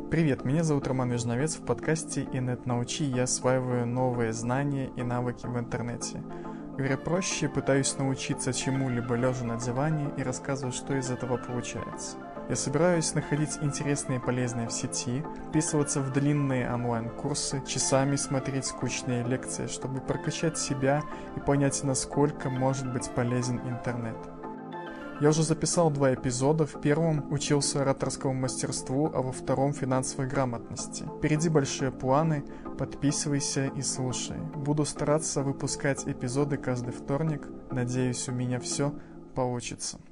Привет, меня зовут Роман Вежновец. В подкасте «Инет научи» я осваиваю новые знания и навыки в интернете. Говоря проще, пытаюсь научиться чему-либо лежа на диване и рассказываю, что из этого получается. Я собираюсь находить интересное и полезное в сети, вписываться в длинные онлайн-курсы, часами смотреть скучные лекции, чтобы прокачать себя и понять, насколько может быть полезен интернет. Я уже записал 2 эпизода, в первом учился ораторскому мастерству, а во втором финансовой грамотности. Впереди большие планы, подписывайся и слушай. Буду стараться выпускать эпизоды каждый вторник, надеюсь, у меня все получится.